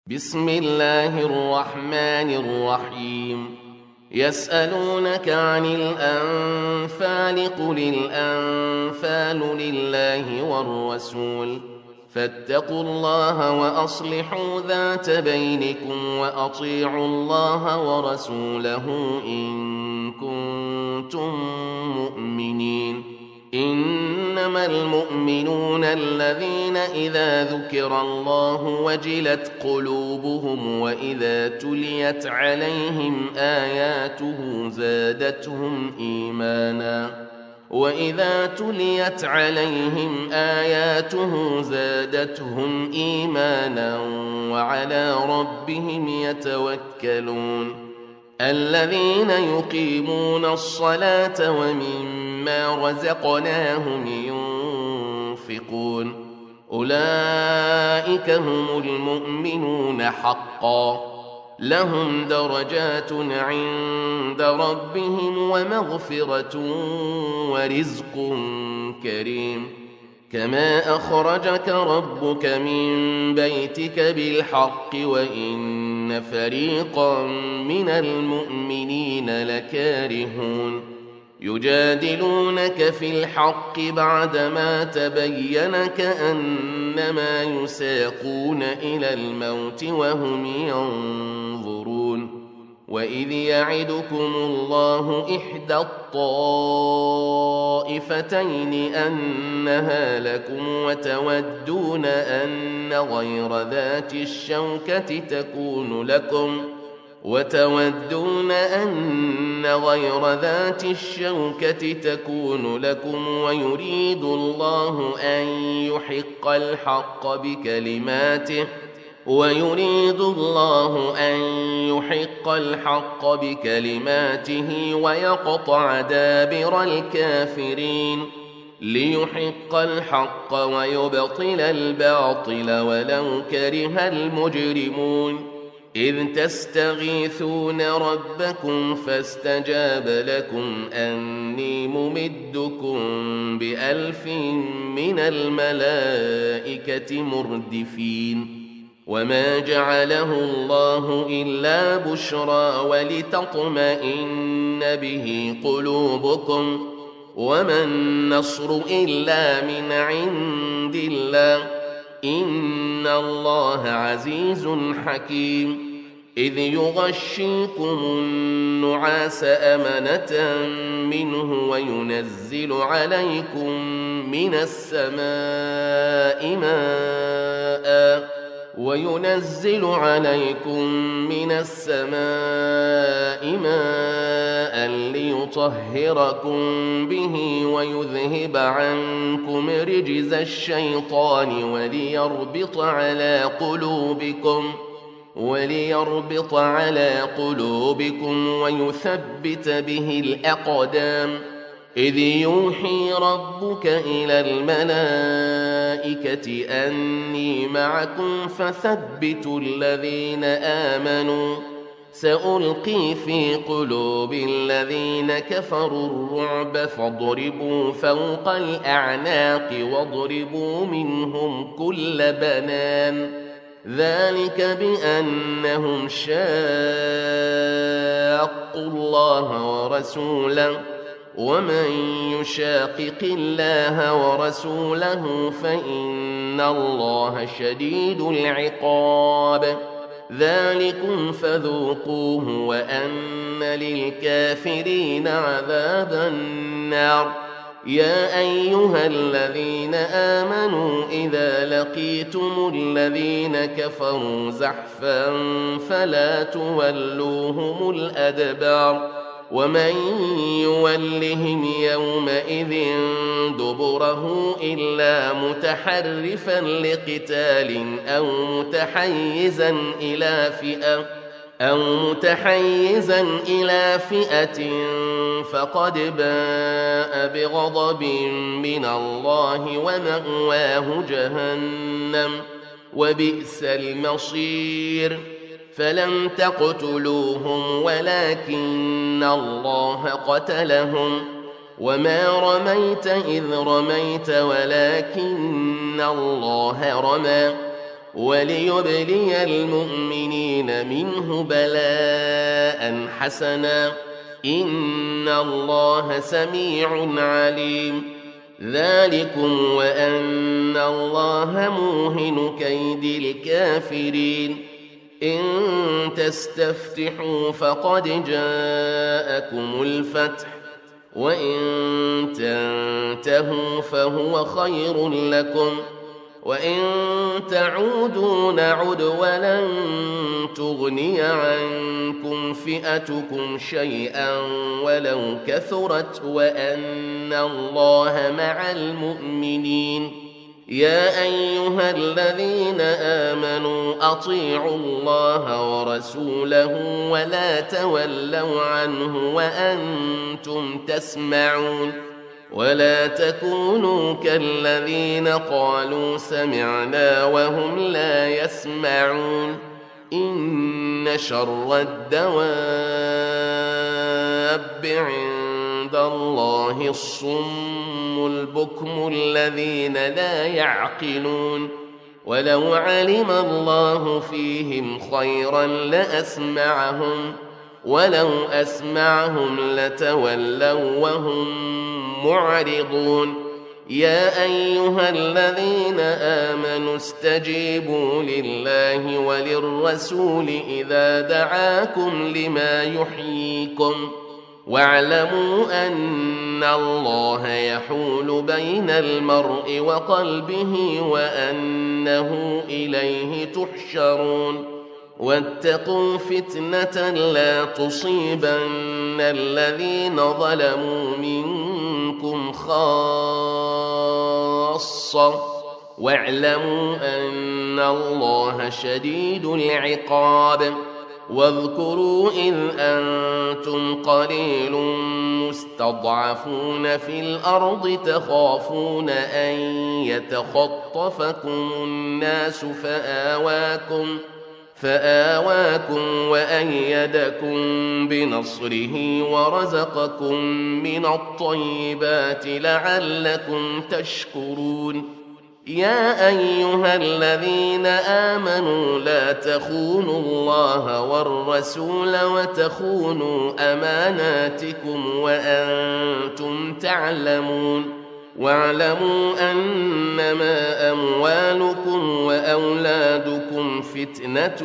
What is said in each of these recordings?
بسم الله الرحمن الرحيم. يسألونك عن الأنفال قل الأنفال لله والرسول فاتقوا الله وأصلحوا ذات بينكم وأطيعوا الله ورسوله إن كنتم مؤمنين. إنما المؤمنون الذين إذا ذكر الله وجلت قلوبهم وإذا تليت عليهم آياته زادتهم إيمانا وعلى ربهم يتوكلون. الذين يقيمون الصلاة ومما رزقناهم ينفقون أولئك هم المؤمنون حقا لهم درجات عند ربهم ومغفرة ورزق كريم. كما أخرجك ربك من بيتك بالحق وإن فريقا من المؤمنين لكارهون يجادلونك في الحق بعدما تبين كأنما يساقون إلى الموت وهم ينظرون. وإذ يعدكم الله إحدى الطائفتين أنها لكم وتودون أن غير ذات الشوكة تكون لكم ويريد الله أن يحق الحق بكلماته ويقطع دابر الكافرين ليحق الحق ويبطل الباطل ولو كره المجرمون. إذ تستغيثون ربكم فاستجاب لكم أني ممدكم ب1000 من الملائكة مردفين. وما جعله الله إلا بشرى ولتطمئن به قلوبكم وما النصر إلا من عند الله إن الله عزيز حكيم. إذ يغشيكم النعاس أمنة منه وينزل عليكم من السماء ماء ليطهركم به ويذهب عنكم رجز الشيطان وليربط على قلوبكم ويثبت به الأقدام. إذ يوحي ربك إلى الملائكة أني معكم فثبتوا الذين آمنوا سألقي في قلوب الذين كفروا الرعب فاضربوا فوق الأعناق واضربوا منهم كل بنان. ذلك بأنهم شاقوا الله ورسوله ومن يشاقق الله ورسوله فإن الله شديد العقاب. ذلكم فذوقوه وأن للكافرين عذاب النار. يا أيها الذين آمنوا إذا لقيتم الذين كفروا زحفا فلا تولوهم الأدبار. ومن يولهم يومئذ دبره إلا متحرفا لقتال أو متحيزا إلى فئة فقد باء بغضب من الله ومأواه جهنم وبئس المصير. فلم تقتلوهم ولكن الله قتلهم وما رميت إذ رميت ولكن الله رمى وليبلي المؤمنين منه بلاء حسنا إن الله سميع عليم. ذلكم وأن الله موهن كيد الكافرين. إن تستفتحوا فقد جاءكم الفتح وإن تنتهوا فهو خير لكم وإن تعودوا نعد ولن تغني عنكم فئتكم شيئا ولو كثرت وأن الله مع المؤمنين. يا أيها الذين آمنوا أطيعوا الله ورسوله ولا تولوا عنه وأنتم تسمعون ولا تكونوا كالذين قالوا سمعنا وهم لا يسمعون. إن شر الدواب عند الله الصم البكم الذين لا يعقلون. ولو علم الله فيهم خيرا لأسمعهم ولو أسمعهم لتولوا وهم معرضون. يا أيها الذين آمنوا استجيبوا لله وللرسول إذا دعاكم لما يحييكم واعلموا أن الله يحول بين المرء وقلبه وأنه إليه تحشرون. واتقوا فتنة لا تصيبن الذين ظلموا منكم خاصة واعلموا أن الله شديد العقاب. واذكروا إذ أنتم قليل مستضعفون في الأرض تخافون أن يتخطفكم الناس فآواكم وأيدكم بنصره ورزقكم من الطيبات لعلكم تشكرون. يا أيها الذين آمنوا لا تخونوا الله والرسول وتخونوا أماناتكم وأنتم تعلمون. واعلموا أنما أموالكم وأولادكم فتنة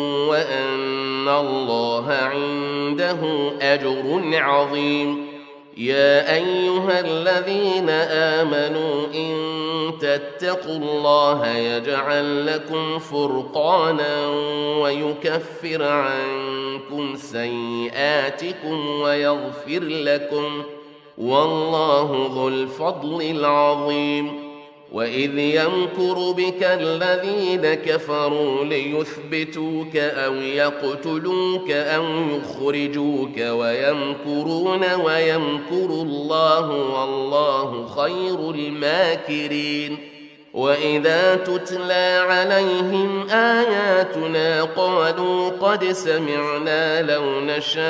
وأن الله عنده أجر عظيم. يا أيها الذين آمنوا إن تتقوا الله يجعل لكم فرقانا ويكفر عنكم سيئاتكم ويغفر لكم والله ذو الفضل العظيم. وإذ يمكر بك الذين كفروا ليثبتوك أو يقتلوك أو يخرجوك ويمكرون ويمكر الله والله خير الماكرين. وإذا تتلى عليهم آياتنا قالوا قد سمعنا لو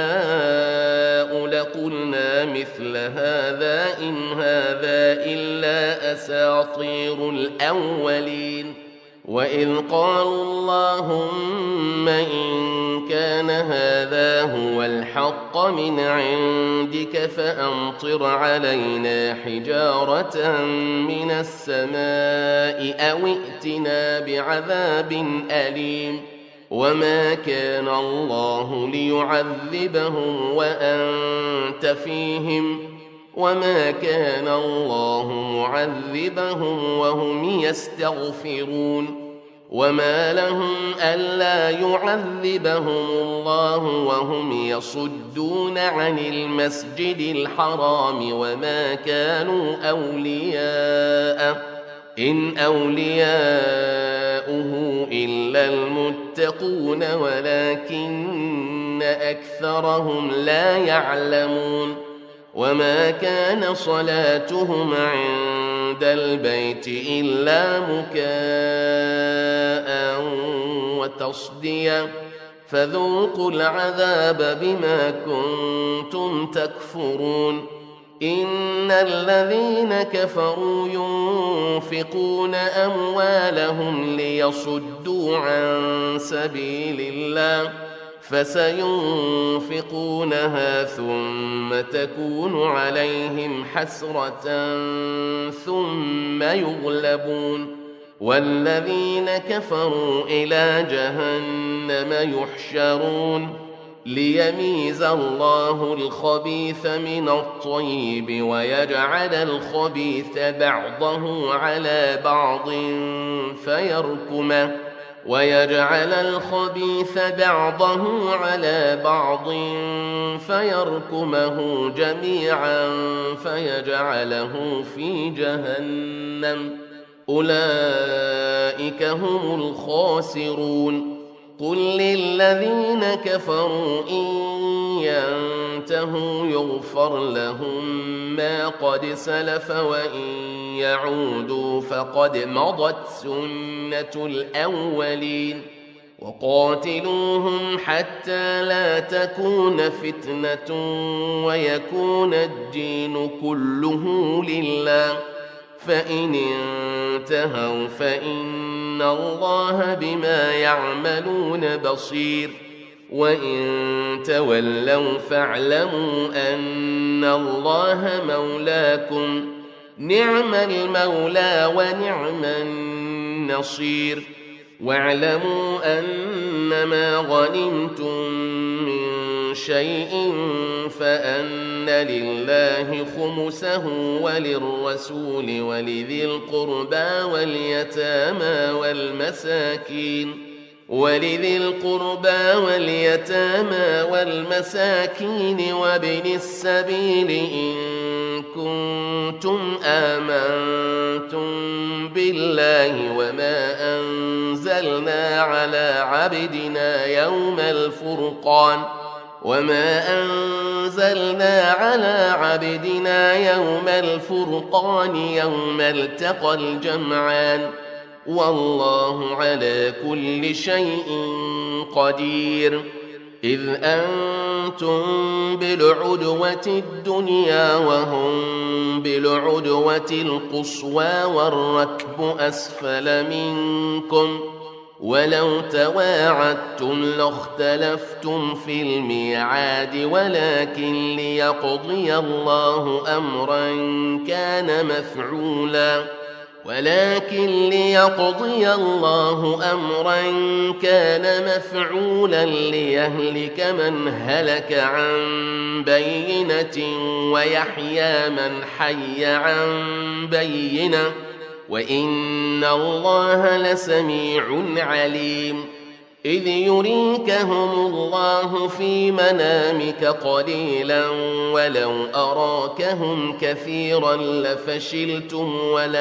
نشاء لقلنا مثل هذا إن هذا إلا أساطير الأولين. وإذ قالوا اللهم إن كان هذا هو الحق من عندك فأمطر علينا حجارة من السماء أو ائتنا بعذاب أليم. وما كان الله ليعذبهم وأنت فيهم وما كان الله معذبهم وهم يستغفرون. وما لهم ألا يعذبهم الله وهم يصدون عن المسجد الحرام وما كانوا أولياءه إن أولياؤه إلا المتقون ولكن أكثرهم لا يعلمون. وما كان صلاتهم عند البيت إلا مكاء وتصديا فذوقوا العذاب بما كنتم تكفرون. إن الذين كفروا ينفقون أموالهم ليصدوا عن سبيل الله فسينفقونها ثم تكون عليهم حسرة ثم يغلبون والذين كفروا إلى جهنم يحشرون ليميز الله الخبيث من الطيب ويجعل الخبيث بعضه على بعض فيركمه جميعا فيجعله في جهنم أولئك هم الخاسرون قل للذين كفروا إن ينتهوا يغفر لهم ما قد سلف وإن يعودوا فقد مضت سنة الأولين وقاتلوهم حتى لا تكون فتنة ويكون الدين كله لله فإن انتهوا فإن الله بما يعملون بصير وإن تولوا فاعلموا أن الله مولاكم نعم المولى ونعم النصير واعلموا أنما غنمتم من شيء فأن لله خمسه وللرسول ولذي القربى واليتامى والمساكين وابن السبيل إن كنتم آمنتم بالله وما أنزلنا على عبدنا يوم الفرقان يوم التقى الجمعان والله على كل شيء قدير إذ أنتم بالعدوة الدنيا وهم بالعدوة القصوى والركب أسفل منكم ولو تواعدتم لاختلفتم في الميعاد ولكن ليقضي الله أمرا كان مفعولا ليهلك من هلك عن بينة ويحيى من حي عن بينة وإن الله لسميع عليم إذ يريكهم الله في منامك قليلا ولو أراكهم كثيرا لفشلتم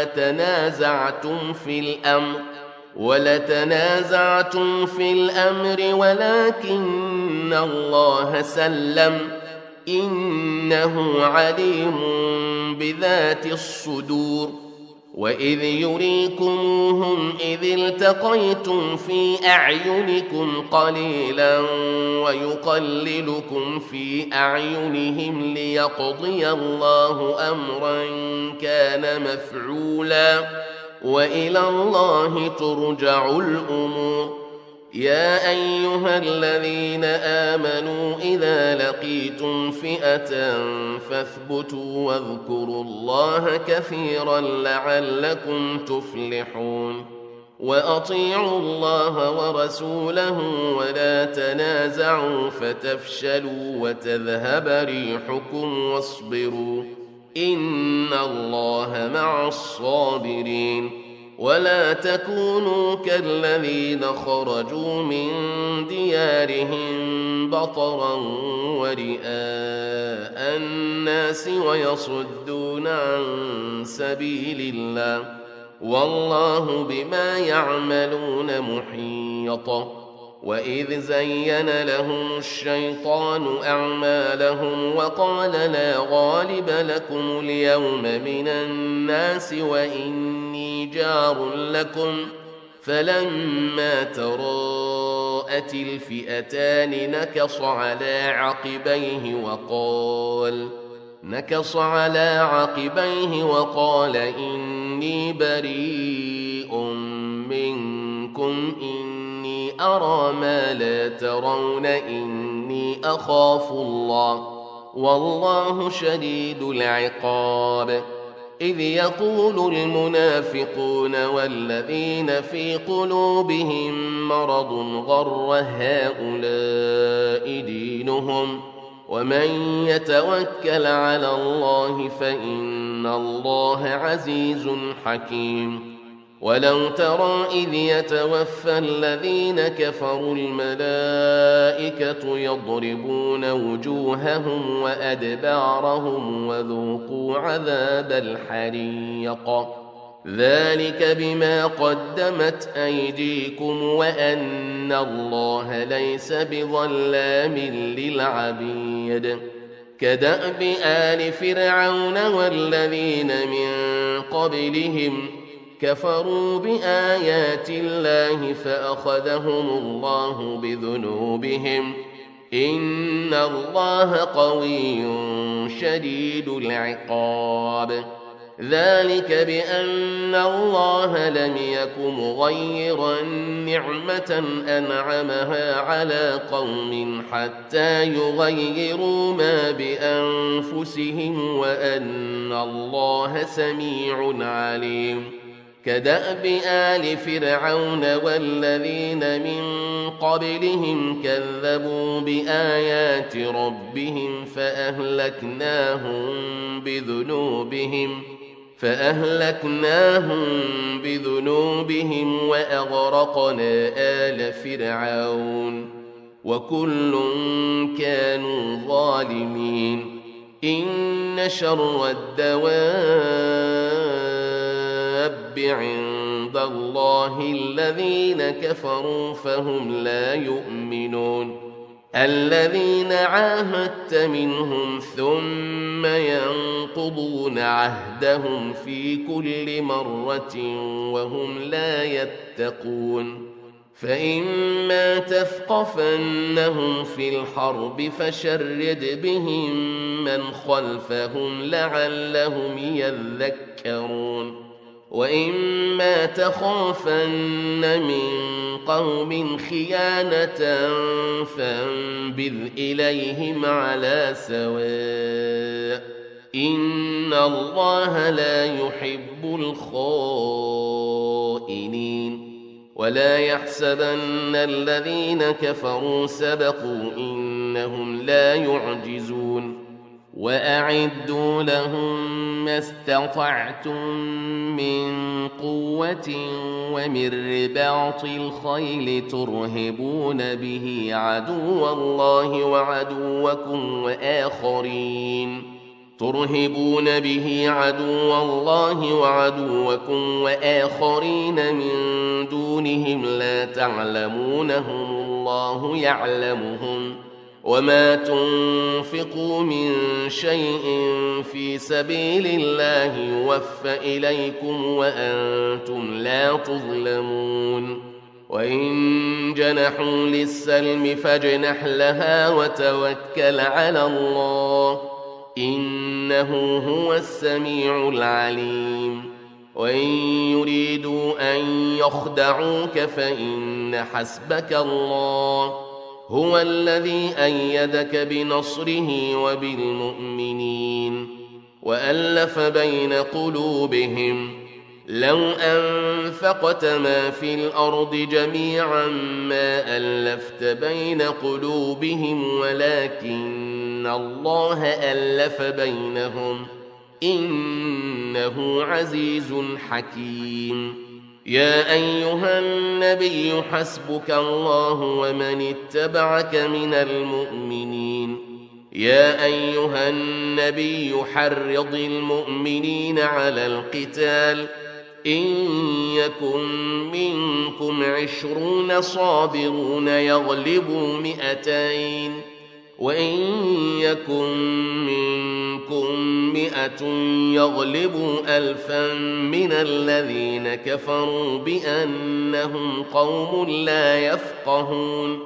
ولتنازعتم في الأمر ولكن الله سلم إنه عليم بذات الصدور وإذ يريكموهم إذ التقيتم في أعينكم قليلا ويقللكم في أعينهم ليقضي الله أمرا كان مفعولا وإلى الله ترجع الأمور يا أيها الذين آمنوا إذا لقيتم فئة فاثبتوا واذكروا الله كثيرا لعلكم تفلحون وأطيعوا الله ورسوله ولا تنازعوا فتفشلوا وتذهب ريحكم واصبروا إن الله مع الصابرين ولا تكونوا كالذين خرجوا من ديارهم بطرا ورئاء الناس ويصدون عن سبيل الله والله بما يعملون محيط وإذ زين لهم الشيطان أعمالهم وقال لا غالب لكم اليوم من الناس وإني جار لكم فلما تراءت الفئتان نكص على عقبيه نكص على عقبيه وقال إني بريء منكم إني أرى ما لا ترون إني أخاف الله والله شديد العقاب. إذ يقول المنافقون والذين في قلوبهم مرض غر هؤلاء دينهم ومن يتوكل على الله فإن الله عزيز حكيم. ولو ترى إذ يتوفى الذين كفروا الملائكة يضربون وجوههم وأدبارهم وذوقوا عذاب الحريق ذلك بما قدمت أيديكم وأن الله ليس بظلام للعبيد. كدأب آل فرعون والذين من قبلهم كفروا بآيات الله فأخذهم الله بذنوبهم إن الله قوي شديد العقاب. ذلك بأن الله لم يك مغيرا نعمة أنعمها على قوم حتى يغيروا ما بأنفسهم وأن الله سميع عليم. كدأب آل فرعون والذين من قبلهم كذبوا بآيات ربهم فأهلكناهم بذنوبهم وأغرقنا آل فرعون وكل كانوا ظالمين. إن شر الدواب عند الله الذين كفروا فهم لا يؤمنون. الذين عاهدت منهم ثم ينقضون عهدهم في كل مرة وهم لا يتقون. فإما تثقفنهم في الحرب فشرد بهم من خلفهم لعلهم يذكرون. وإما تخافن من قوم خيانة فانبذ إليهم على سواء إن الله لا يحب الخائنين. ولا يحسبن الذين كفروا سبقوا إنهم لا يعجزون. وأعدوا لهم ما استطعتم من قوة ومن رباط الخيل ترهبون به عدو الله وعدوكم وآخرين من دونهم لا تعلمونهم الله يعلمهم. وما تنفقوا من شيء في سبيل الله يوفى إليكم وأنتم لا تظلمون. وإن جنحوا للسلم فاجنح لها وتوكل على الله إنه هو السميع العليم. وإن يريدوا أن يخدعوك فإن حسبك الله هو الذي أيدك بنصره وبالمؤمنين. وألف بين قلوبهم لو أنفقت ما في الأرض جميعا ما ألفت بين قلوبهم ولكن الله ألف بينهم إنه عزيز حكيم. يا أيها النبي حسبك الله ومن اتبعك من المؤمنين. يا أيها النبي حرض المؤمنين على القتال إن يكن منكم 20 صابرون يغلبوا 200 وإن يكن منكم 100 يغلبوا 1000 من الذين كفروا بأنهم قوم لا يفقهون.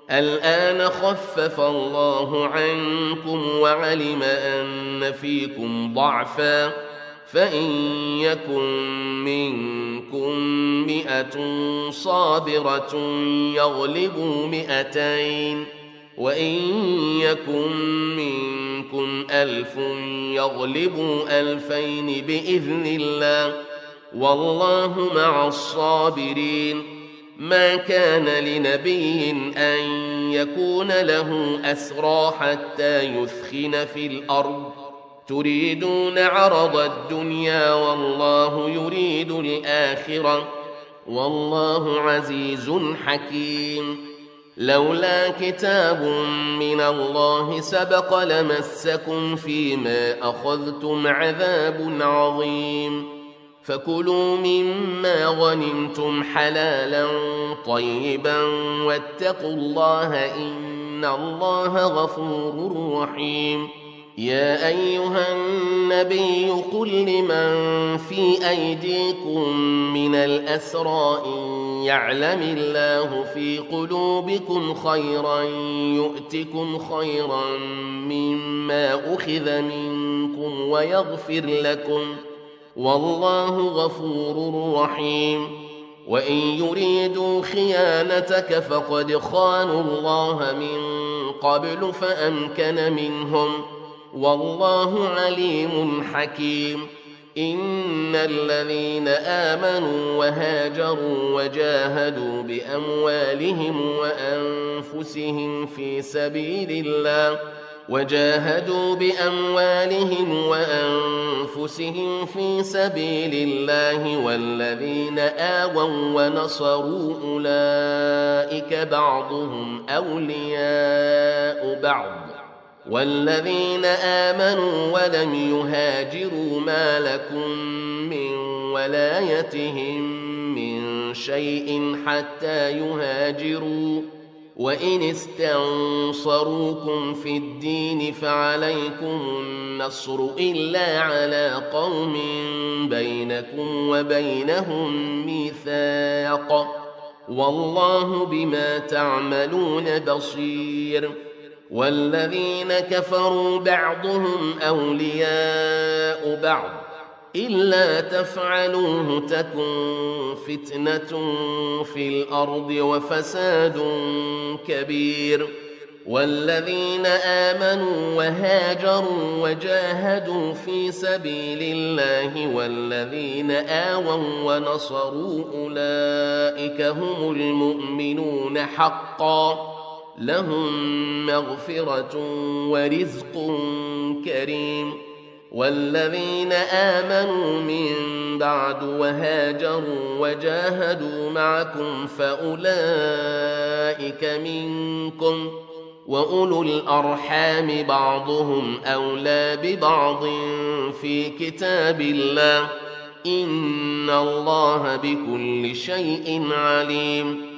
الآن خفف الله عنكم وعلم أن فيكم ضعفا فإن يكن منكم 100 صابرة يغلبوا 200 وإن يكن منكم 1000 يغلبوا 2000 بإذن الله والله مع الصابرين. ما كان لنبي أن يكون له أسرى حتى يثخن في الأرض تريدون عرض الدنيا والله يريد الآخرة والله عزيز حكيم. لولا كتاب من الله سبق لمسكم فيما أخذتم عذاب عظيم فكلوا مما غنمتم حلالا طيبا واتقوا الله إن الله غفور رحيم. يا أيها النبي قل لمن في أيديكم من الأسرى إن يعلم الله في قلوبكم خيرا يؤتكم خيرا مما أخذ منكم ويغفر لكم والله غفور رحيم. وإن يريدوا خيانتك فقد خانوا الله من قبل فأمكن منهم والله عليم حكيم. إن الذين آمنوا وهاجروا وجاهدوا بأموالهم وأنفسهم في سبيل الله والذين آووا ونصروا أولئك بعضهم أولياء بعض والذين آمنوا ولم يهاجروا ما لكم من ولايتهم من شيء حتى يهاجروا وإن استنصروكم في الدين فعليكم النصر إلا على قوم بينكم وبينهم ميثاق والله بما تعملون بصير. والذين كفروا بعضهم أولياء بعض إلا تفعلوه تكن فتنة في الأرض وفساد كبير. والذين آمنوا وهاجروا وجاهدوا في سبيل الله والذين آووا ونصروا أولئك هم المؤمنون حقا لهم مغفرة ورزق كريم. والذين آمنوا من بعد وهاجروا وجاهدوا معكم فأولئك منكم وأولو الأرحام بعضهم أولى ببعض في كتاب الله إن الله بكل شيء عليم.